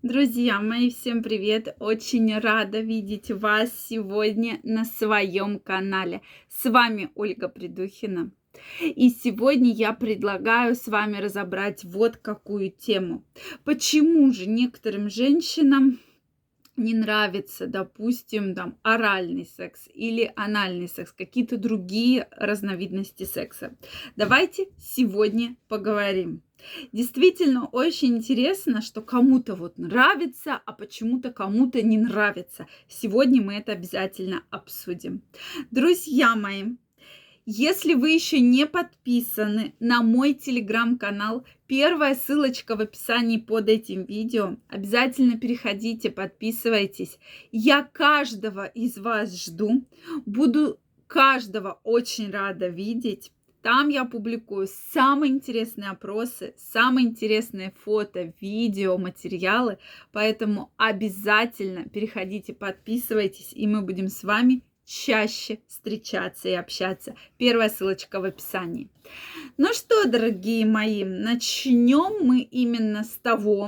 Друзья мои, всем привет! Очень рада видеть вас сегодня на своем канале. С вами Ольга Придухина. И сегодня я предлагаю с вами разобрать вот какую тему. Почему же некоторым женщинам не нравится, допустим, там оральный секс или анальный секс, какие-то другие разновидности секса. Давайте сегодня поговорим. Действительно, очень интересно, что кому-то вот нравится, а почему-то кому-то не нравится. Сегодня мы это обязательно обсудим. Друзья мои, если вы еще не подписаны на мой телеграм-канал, первая ссылочка в описании под этим видео. Обязательно переходите, подписывайтесь. Я каждого из вас жду. Буду каждого очень рада видеть. Там я публикую самые интересные опросы, самые интересные фото, видео, материалы. Поэтому обязательно переходите, подписывайтесь, и мы будем с вами чаще встречаться и общаться. Первая ссылочка в описании. Ну что, дорогие мои, начнем мы именно с того,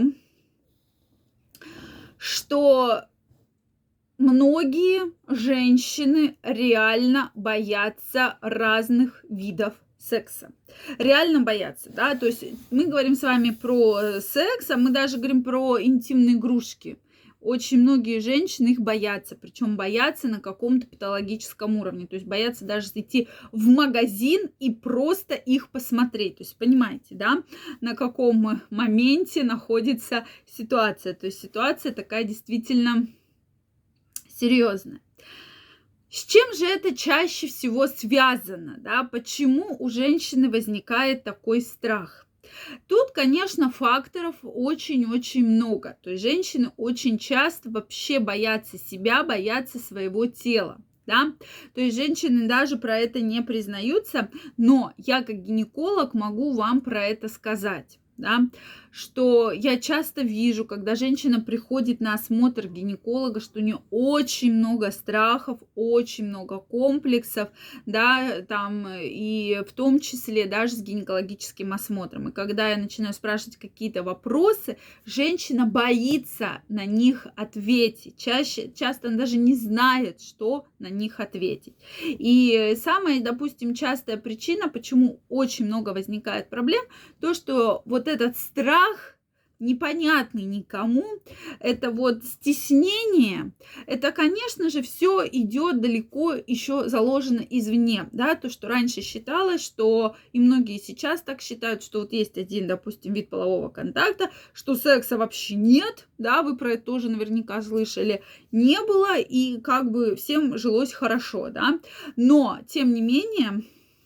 что многие женщины реально боятся разных видов секса. Реально боятся, да, то есть мы говорим с вами про секс, а мы даже говорим про интимные игрушки. Очень многие женщины их боятся, причем боятся на каком-то патологическом уровне, то есть боятся даже зайти в магазин и просто их посмотреть. То есть понимаете, да, на каком моменте находится ситуация. То есть ситуация такая действительно серьезная. С чем же это чаще всего связано, да? Почему у женщины возникает такой страх? Тут, конечно, факторов очень-очень много. То есть женщины очень часто вообще боятся себя, боятся своего тела. Да? То есть женщины даже про это не признаются, но я как гинеколог могу вам про это сказать. Да, что я часто вижу, когда женщина приходит на осмотр гинеколога, что у нее очень много страхов, очень много комплексов, да, там, и в том числе даже с гинекологическим осмотром. И когда я начинаю спрашивать какие-то вопросы, женщина боится на них ответить. Часто она даже не знает, что на них ответить. И самая, допустим, частая причина, почему очень много возникает проблем, то, что вот этот страх непонятный никому, это вот стеснение, это, конечно же, все идет далеко еще заложено извне, да, то, что раньше считалось, что и многие сейчас так считают, что вот есть один, допустим, вид полового контакта, что секса вообще нет, да, вы про это тоже наверняка слышали, не было, и как бы всем жилось хорошо, да, но, тем не менее,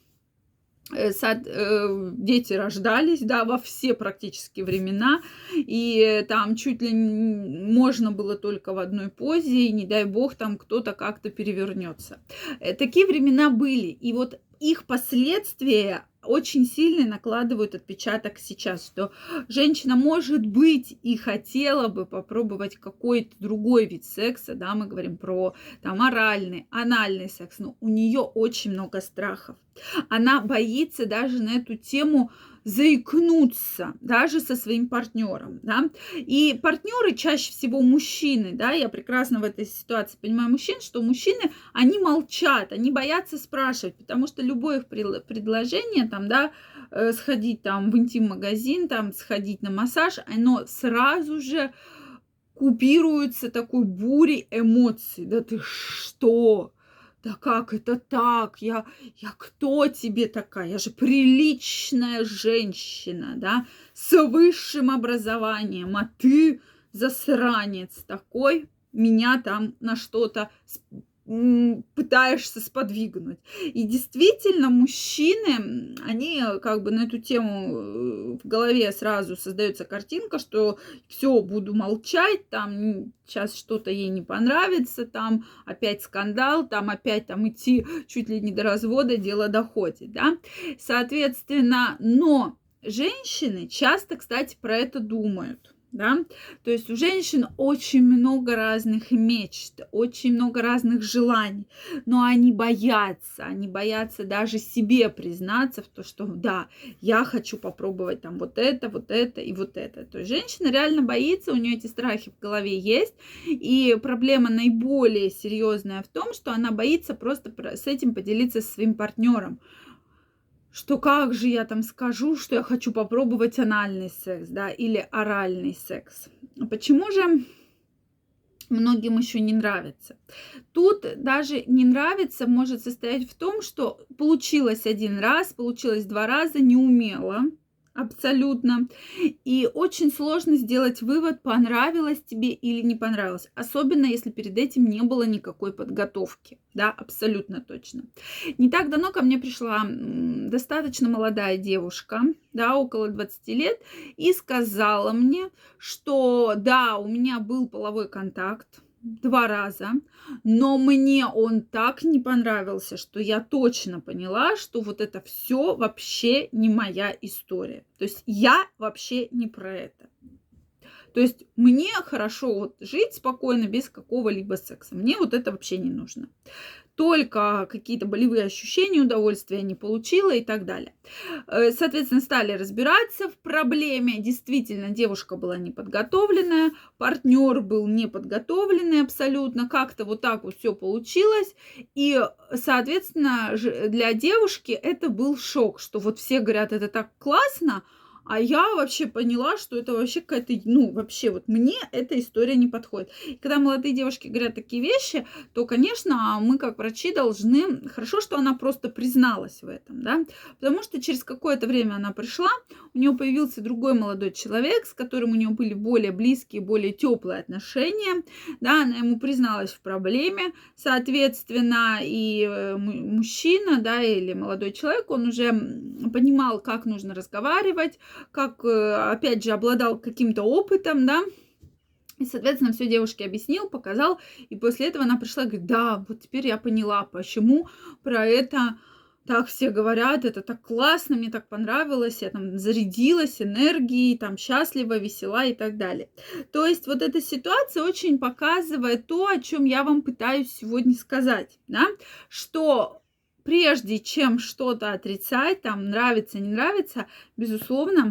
дети рождались, да, во все практически времена, и там чуть ли можно было только в одной позе, и не дай бог там кто-то как-то перевернется. Такие времена были, и вот их последствия очень сильно накладывают отпечаток сейчас, что женщина, может быть, и хотела бы попробовать какой-то другой вид секса, да, мы говорим про там оральный, анальный секс, но у нее очень много страхов. Она боится даже на эту тему заикнуться, даже со своим партнером, да. И партнеры чаще всего мужчины, да, я прекрасно в этой ситуации понимаю мужчин, что мужчины, они молчат, они боятся спрашивать, потому что любое их предложение, там, да, сходить там в интим-магазин, там, сходить на массаж, оно сразу же купируется такой бурей эмоций. Да ты что? Да как это так? Я кто тебе такая? Я же приличная женщина, да, с высшим образованием, а ты засранец такой, меня там на что-то пытаешься сподвигнуть. И действительно, мужчины, они как бы на эту тему в голове сразу создается картинка, что все, буду молчать, там сейчас что-то ей не понравится, там опять скандал, там опять там идти чуть ли не до развода, дело доходит, да. Соответственно, но женщины часто, кстати, про это думают. да, то есть у женщин очень много разных мечт, очень много разных желаний, но они боятся даже себе признаться в то, что да, я хочу попробовать там вот это и вот это. То есть женщина реально боится, у нее эти страхи в голове есть, и проблема наиболее серьезная в том, что она боится просто с этим поделиться со своим партнером, что как же я там скажу, что я хочу попробовать анальный секс, да, или оральный секс. Почему же многим еще не нравится? Тут даже не нравится может состоять в том, что получилось один раз, получилось два раза, не умела абсолютно. И очень сложно сделать вывод, понравилось тебе или не понравилось. Особенно, если перед этим не было никакой подготовки. Да, абсолютно точно. Не так давно ко мне пришла достаточно молодая девушка, да, около 20 лет, и сказала мне, что да, у меня был половой контакт 2 раза, но мне он так не понравился, что я точно поняла, что вот это все вообще не моя история. То есть я вообще не про это. То есть мне хорошо вот жить спокойно без какого-либо секса. Мне вот это вообще не нужно. Только какие-то болевые ощущения, удовольствия не получила и так далее. Соответственно, стали разбираться в проблеме. Действительно, девушка была неподготовленная, партнер был неподготовленный абсолютно. Как-то вот так вот все получилось. И, соответственно, для девушки это был шок, что вот все говорят, это так классно, а я вообще поняла, что это вообще какая-то, ну, вообще вот мне эта история не подходит. И когда молодые девушки говорят такие вещи, то, конечно, мы как врачи должны... Хорошо, что она просто призналась в этом, да, потому что через какое-то время она пришла, у нее появился другой молодой человек, с которым у нее были более близкие, более теплые отношения, да, она ему призналась в проблеме, соответственно, и мужчина, да, или молодой человек, он уже понимал, как нужно разговаривать, как, опять же, обладал каким-то опытом, да, и, соответственно, все девушке объяснил, показал, и после этого она пришла и говорит, да, вот теперь я поняла, почему про это так все говорят, это так классно, мне так понравилось, я там зарядилась энергией, там счастлива, весела и так далее. То есть вот эта ситуация очень показывает то, о чем я вам пытаюсь сегодня сказать, да, что прежде чем что-то отрицать, там нравится, не нравится, безусловно,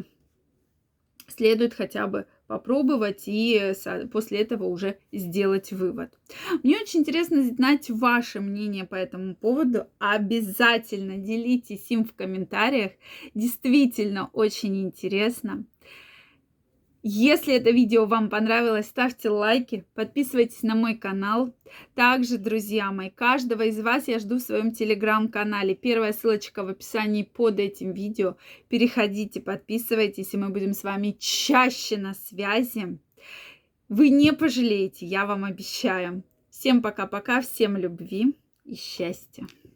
следует хотя бы попробовать и после этого уже сделать вывод. Мне очень интересно знать ваше мнение по этому поводу. Обязательно делитесь им в комментариях. Действительно очень интересно. Если это видео вам понравилось, ставьте лайки, подписывайтесь на мой канал. Также, друзья мои, каждого из вас я жду в своем телеграм-канале. Первая ссылочка в описании под этим видео. Переходите, подписывайтесь, и мы будем с вами чаще на связи. Вы не пожалеете, я вам обещаю. Всем пока-пока, всем любви и счастья.